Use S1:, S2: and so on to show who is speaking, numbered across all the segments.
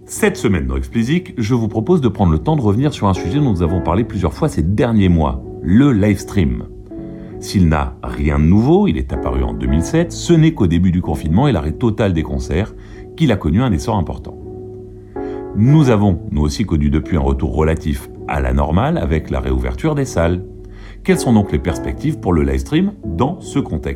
S1: Cette semaine dans Explicit, je vous propose de prendre le temps de revenir sur un sujet dont nous avons parlé plusieurs fois ces derniers mois, le live stream. S'il n'a rien de nouveau, il est apparu en 2007, ce n'est qu'au début du confinement et l'arrêt total des concerts qu'il a connu un essor important. Nous avons, nous aussi, connu depuis un retour relatif à la normale avec la réouverture des salles. Quelles sont donc les perspectives pour le live stream dans ce contexte ?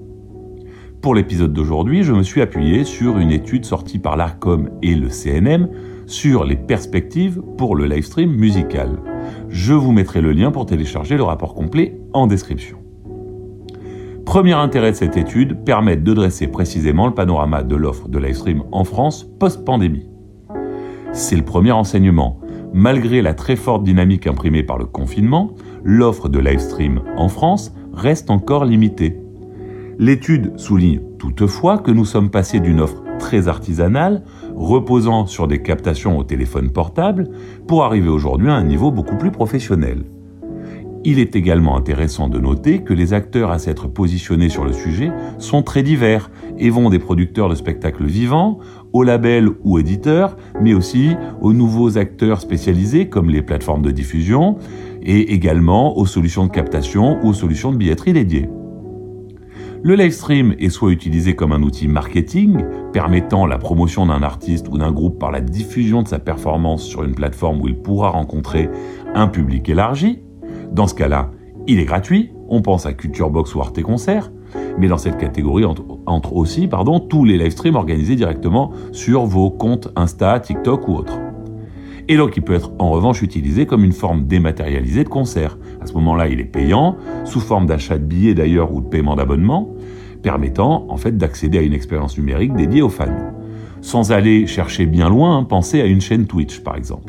S1: Pour l'épisode d'aujourd'hui, je me suis appuyé sur une étude sortie par l'Arcom et le CNM sur les perspectives pour le live stream musical. Je vous mettrai le lien pour télécharger le rapport complet en description. Premier intérêt de cette étude, permettre de dresser précisément le panorama de l'offre de live stream en France post-pandémie. C'est le premier enseignement. Malgré la très forte dynamique imprimée par le confinement, l'offre de live stream en France reste encore limitée. L'étude souligne toutefois que nous sommes passés d'une offre très artisanale, reposant sur des captations au téléphone portable, pour arriver aujourd'hui à un niveau beaucoup plus professionnel. Il est également intéressant de noter que les acteurs à s'être positionnés sur le sujet sont très divers et vont des producteurs de spectacles vivants, aux labels ou éditeurs, mais aussi aux nouveaux acteurs spécialisés comme les plateformes de diffusion et également aux solutions de captation ou aux solutions de billetterie dédiées. Le live stream est soit utilisé comme un outil marketing, permettant la promotion d'un artiste ou d'un groupe par la diffusion de sa performance sur une plateforme où il pourra rencontrer un public élargi. Dans ce cas-là, il est gratuit, on pense à Culturebox ou Arte Concert, mais dans cette catégorie entre aussi tous les live streams organisés directement sur vos comptes Insta, TikTok ou autres. Et donc il peut être en revanche utilisé comme une forme dématérialisée de concert. À ce moment-là, il est payant, sous forme d'achat de billets d'ailleurs ou de paiement d'abonnement, permettant en fait d'accéder à une expérience numérique dédiée aux fans. Sans aller chercher bien loin, pensez à une chaîne Twitch par exemple.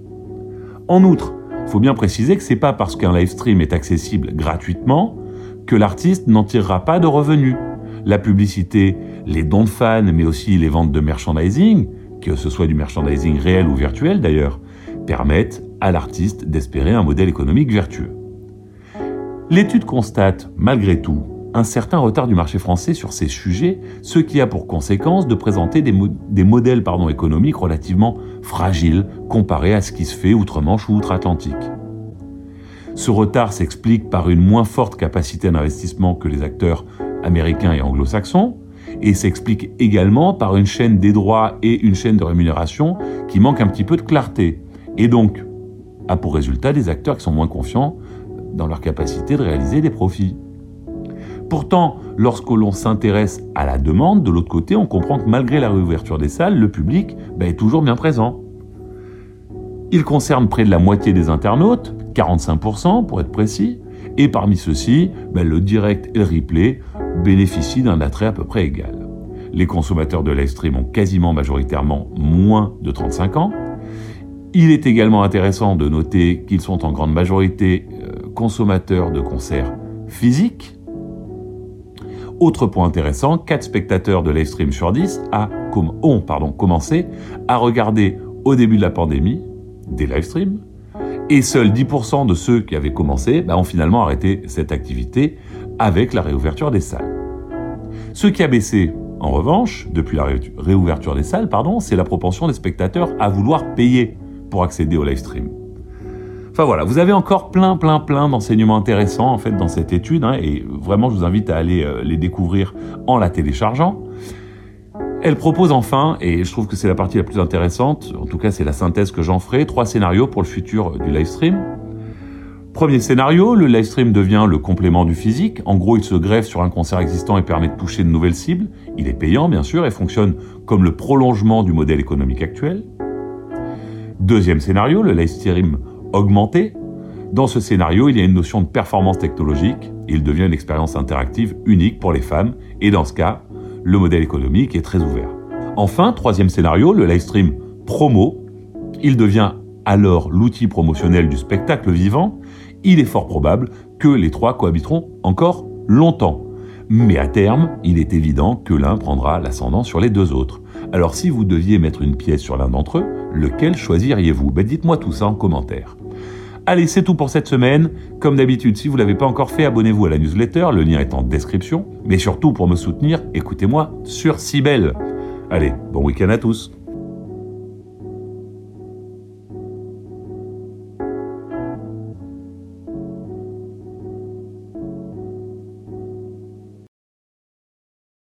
S1: En outre, il faut bien préciser que c'est pas parce qu'un live stream est accessible gratuitement que l'artiste n'en tirera pas de revenus. La publicité, les dons de fans, mais aussi les ventes de merchandising, que ce soit du merchandising réel ou virtuel d'ailleurs, permettent à l'artiste d'espérer un modèle économique vertueux. L'étude constate, malgré tout, un certain retard du marché français sur ces sujets, ce qui a pour conséquence de présenter des modèles économiques relativement fragiles comparés à ce qui se fait outre-Manche ou outre-Atlantique. Ce retard s'explique par une moins forte capacité d'investissement que les acteurs américains et anglo-saxons, et s'explique également par une chaîne des droits et une chaîne de rémunération qui manque un petit peu de clarté, et donc a pour résultat des acteurs qui sont moins confiants dans leur capacité de réaliser des profits. Pourtant, lorsque l'on s'intéresse à la demande, de l'autre côté, on comprend que malgré la réouverture des salles, le public est toujours bien présent. Il concerne près de la moitié des internautes, 45% pour être précis, et parmi ceux-ci, le direct et le replay bénéficient d'un attrait à peu près égal. Les consommateurs de live stream ont quasiment majoritairement moins de 35 ans. Il est également intéressant de noter qu'ils sont en grande majorité consommateurs de concerts physiques. Autre point intéressant, 4 spectateurs de live stream sur 10 ont commencé à regarder au début de la pandémie des live streams, et seuls 10% de ceux qui avaient commencé ont finalement arrêté cette activité avec la réouverture des salles. Ce qui a baissé, en revanche, depuis la réouverture des salles, c'est la propension des spectateurs à vouloir payer pour accéder au live stream. Enfin voilà, vous avez encore plein d'enseignements intéressants en fait dans cette étude, et vraiment je vous invite à aller les découvrir en la téléchargeant. Elle propose enfin, et je trouve que c'est la partie la plus intéressante, en tout cas c'est la synthèse que j'en ferai, 3 scénarios pour le futur du live stream. Premier scénario, le live stream devient le complément du physique. En gros, il se greffe sur un concert existant et permet de toucher de nouvelles cibles. Il est payant, bien sûr, et fonctionne comme le prolongement du modèle économique actuel. Deuxième scénario, le live stream augmenté. Dans ce scénario, il y a une notion de performance technologique. Il devient une expérience interactive unique pour les fans. Et dans ce cas, le modèle économique est très ouvert. Enfin, troisième scénario, le live stream promo. Il devient alors l'outil promotionnel du spectacle vivant. Il est fort probable que les 3 cohabiteront encore longtemps. Mais à terme, il est évident que l'un prendra l'ascendant sur les 2 autres. Alors si vous deviez mettre une pièce sur l'un d'entre eux, lequel choisiriez-vous ? Dites-moi tout ça en commentaire. Allez, c'est tout pour cette semaine. Comme d'habitude, si vous ne l'avez pas encore fait, abonnez-vous à la newsletter, le lien est en description. Mais surtout, pour me soutenir, écoutez-moi sur Cybelle. Allez, bon week-end à tous.